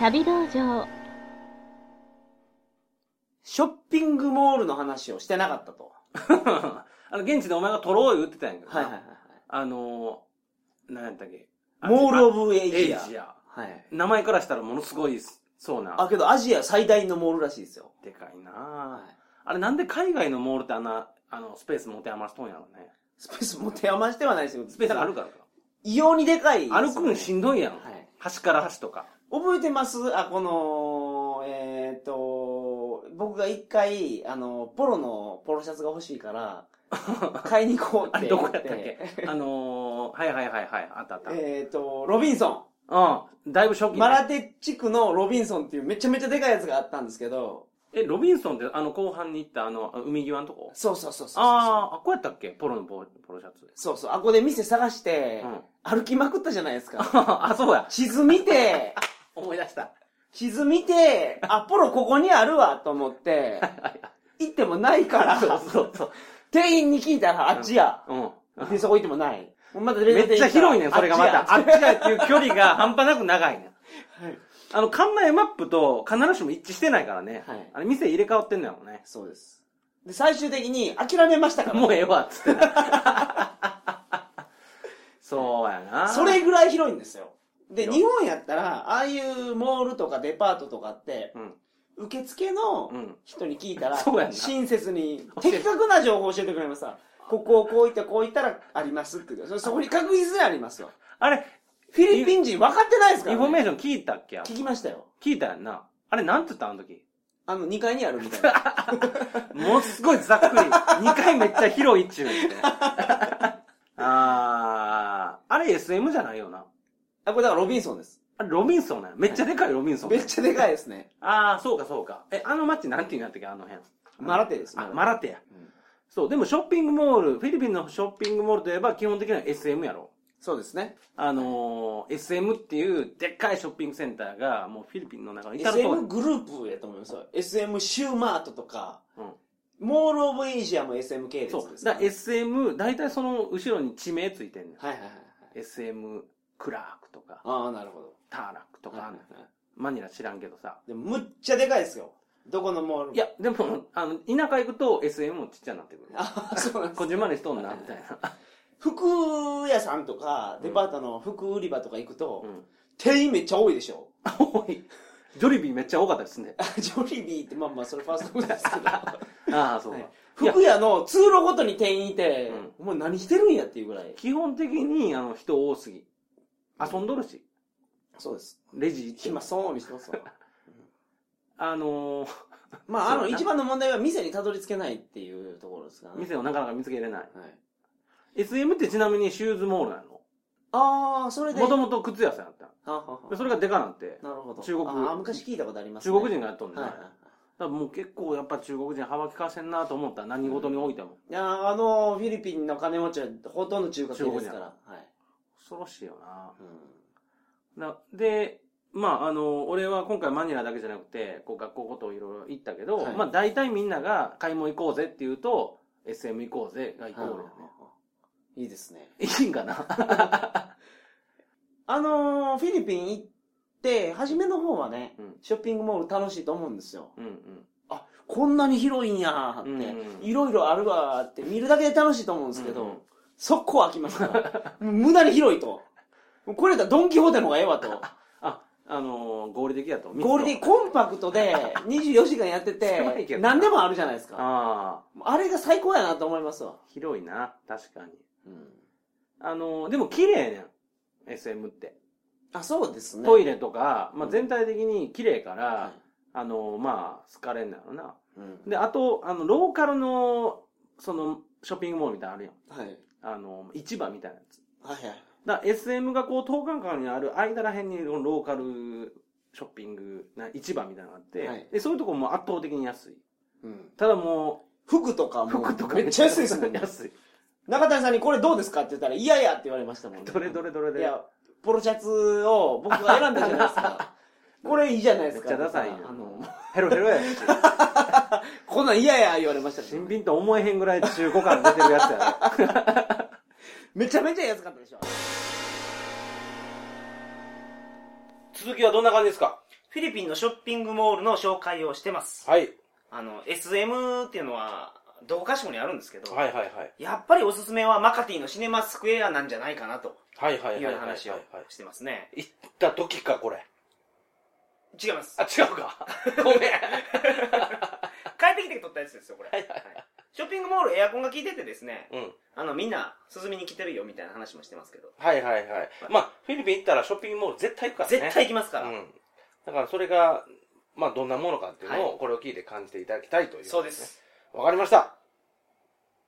旅道場。 ショッピングモールの話をしてなかったと。 現地でお前が撮ろう言ってたんやけどな。 はいはいはい。 何やったっけ。 モールオブエイジア。 はい。名前からしたらものすごいそうな。 けどアジア最大のモールらしいですよ。 でかいなぁ、はい。あれなんで海外のモールってスペース持て余しとんやろね。 スペース持て余してはないですよ。 スペースあるからか。 異様にでかい、 ね。歩くのしんどいやん。はい。端から端とか。 覚えてます？僕が一回、ポロのポロシャツが欲しいから、買いに行こうって。 どこやったっけはいはいはいはい、あったあった。 ロビンソン。 うん。だいぶ初期、ね。 マラテ地区のロビンソンっていうめちゃめちゃでかいやつがあったんですけど。 ロビンソンって後半に行った海際のとこ？ そう。 こうやったっけ？ポロのポロシャツ。 そう。あこで店探して、歩きまくったじゃないですか。そうや。 地図見て、 思い出した。 地図見て、ポロここにあるわと思って、行ってもないから、 そう。 店員に聞いたらあっちや。で、そこ行ってもない。 まためっちゃ広いねん、それがまた。あっちやっていう距離が半端なく長いねん。館内マップと必ずしも一致してないからね。はい。店入れ替わってんのやもんね。 そうです。で、最終的に諦めましたから。 もうええわ、つって。そうやな。 それぐらい広いんですよ。で、日本やったら、ああいうモールとかデパートとかって、受付の人に聞いたら、親切に的確な情報を教えてくれますさ。ここをこういったらありますって言う。そこに確実にありますよ。あれ、フィリピン人分かってないですからね。インフォメーション聞いたっけ？ 聞きましたよ。 聞いたやんな。あれなんて言ったあの時 ？2階にあるみたいな。 ものすごいざっくり。2階めっちゃ広いっちゅうね。あれ SM じゃないよな。 これだからロビンソンです。 あれロビンソンなんや。めっちゃでかいロビンソン。 めっちゃでかいですね。 そうか。街なんて言うんやったっけあの辺。 マラテです。 マラテや。そう、でもショッピングモール、フィリピンのショッピングモールといえば基本的には SM やろ。 そうですね。 SM っていうでっかいショッピングセンターがもうフィリピンの中の至るところ。 SM グループやと思いますよ。SM シューマートとか、モールオブエイジアも SM 系列です、ね。 そう。だから SM、大体その後ろに地名ついてんねん。 はい。 SM クラークとか。 なるほど。 ターラックとか、マニラ知らんけどさ。 でもむっちゃでかいですよ。どこのモールも。 いや、でも、田舎行くと SM もちっちゃになってくる。 そうなんです。 こじんまりしとんな、みたいな。 服屋さんとか、デパートの服売り場とか行くと、店員めっちゃ多いでしょ。 多い。ジョリビーめっちゃ多かったですね。 ジョリビーって、まあ、それファーストフードですけど。 そうか。 服屋の通路ごとに店員いて、お前何してるんやっていうぐらい。 基本的に、人多すぎ。遊んどるし。 そうです。 レジ行って。 暇そうにしてますわ。 まあ、一番の問題は店にたどり着けないっていうところですからね。 店をなかなか見つけれない。SM ってちなみにシューズモールなの？ それで。 もともと靴屋さんやった。それがデカなんて。 なるほど。 中国。 昔聞いたことありますね。 中国人がやっとんねん。だからもう結構やっぱ中国人幅利かせんなと思ったら何事においても。 いやフィリピンの金持ちはほとんど中華系ですから。 恐ろしいよな。で、俺は今回マニラだけじゃなくて、学校ごといろいろ行ったけど、大体みんなが買い物行こうぜって言うと、SM 行こうぜが行こうよね。 いいですね。 いいんかなフィリピン行って、初めの方はね、ショッピングモール楽しいと思うんですよ。こんなに広いんやって、いろいろあるわって、見るだけで楽しいと思うんですけど、速攻飽きますから。無駄に広いと。これだったらドンキホーテの方がええわと。 合理的やと。 合理的、コンパクトで24時間やってて、何でもあるじゃないですか。あれが最高やなと思いますわ。 広いな、確かに。でも綺麗ねん、SM って。 そうですね。 トイレとか、全体的に綺麗から、好かれんのやろな。で、あと、ローカルの、ショッピングモールみたいなのあるやん。市場みたいなやつ。だから SM がこう、等間隔にある間らへんにローカルショッピング、市場みたいなのがあって、でそういうとこも圧倒的に安い。ただもう、服とかめっちゃ安いですもんね。安い。中谷さんにこれどうですかって言ったら、いやって言われましたもんね。 どれで。 いや、ポロシャツを僕が選んだじゃないですか。これいいじゃないですか。 めっちゃダサいよ。ヘロヘロやし。 こんなん嫌や言われました。 新品と思えへんぐらい中古から出てるやつやね。 めちゃめちゃ安かったでしょ。 続きはどんな感じですか？ フィリピンのショッピングモールの紹介をしてます。 はい。 SM っていうのは、どこかしこにあるんですけど、 はいはいはい。 やっぱりおすすめはマカティのシネマスクエアなんじゃないかなと。 はいはいはい。いうような話をしてますね。 行った時か、これ。 違います。 あ、違うか。ごめん。帰ってきて撮ったやつですよ、これ。はいはいはい。ショッピングモールエアコンが効いててですね、みんな涼みに来てるよみたいな話もしてますけど。 はいはいはい。まあ、フィリピン行ったらショッピングモール絶対行くからね。 絶対行きますから。 だからそれが、まあ、どんなものかっていうのを、これを聞いて感じていただきたいという、 そうです。 わかりました。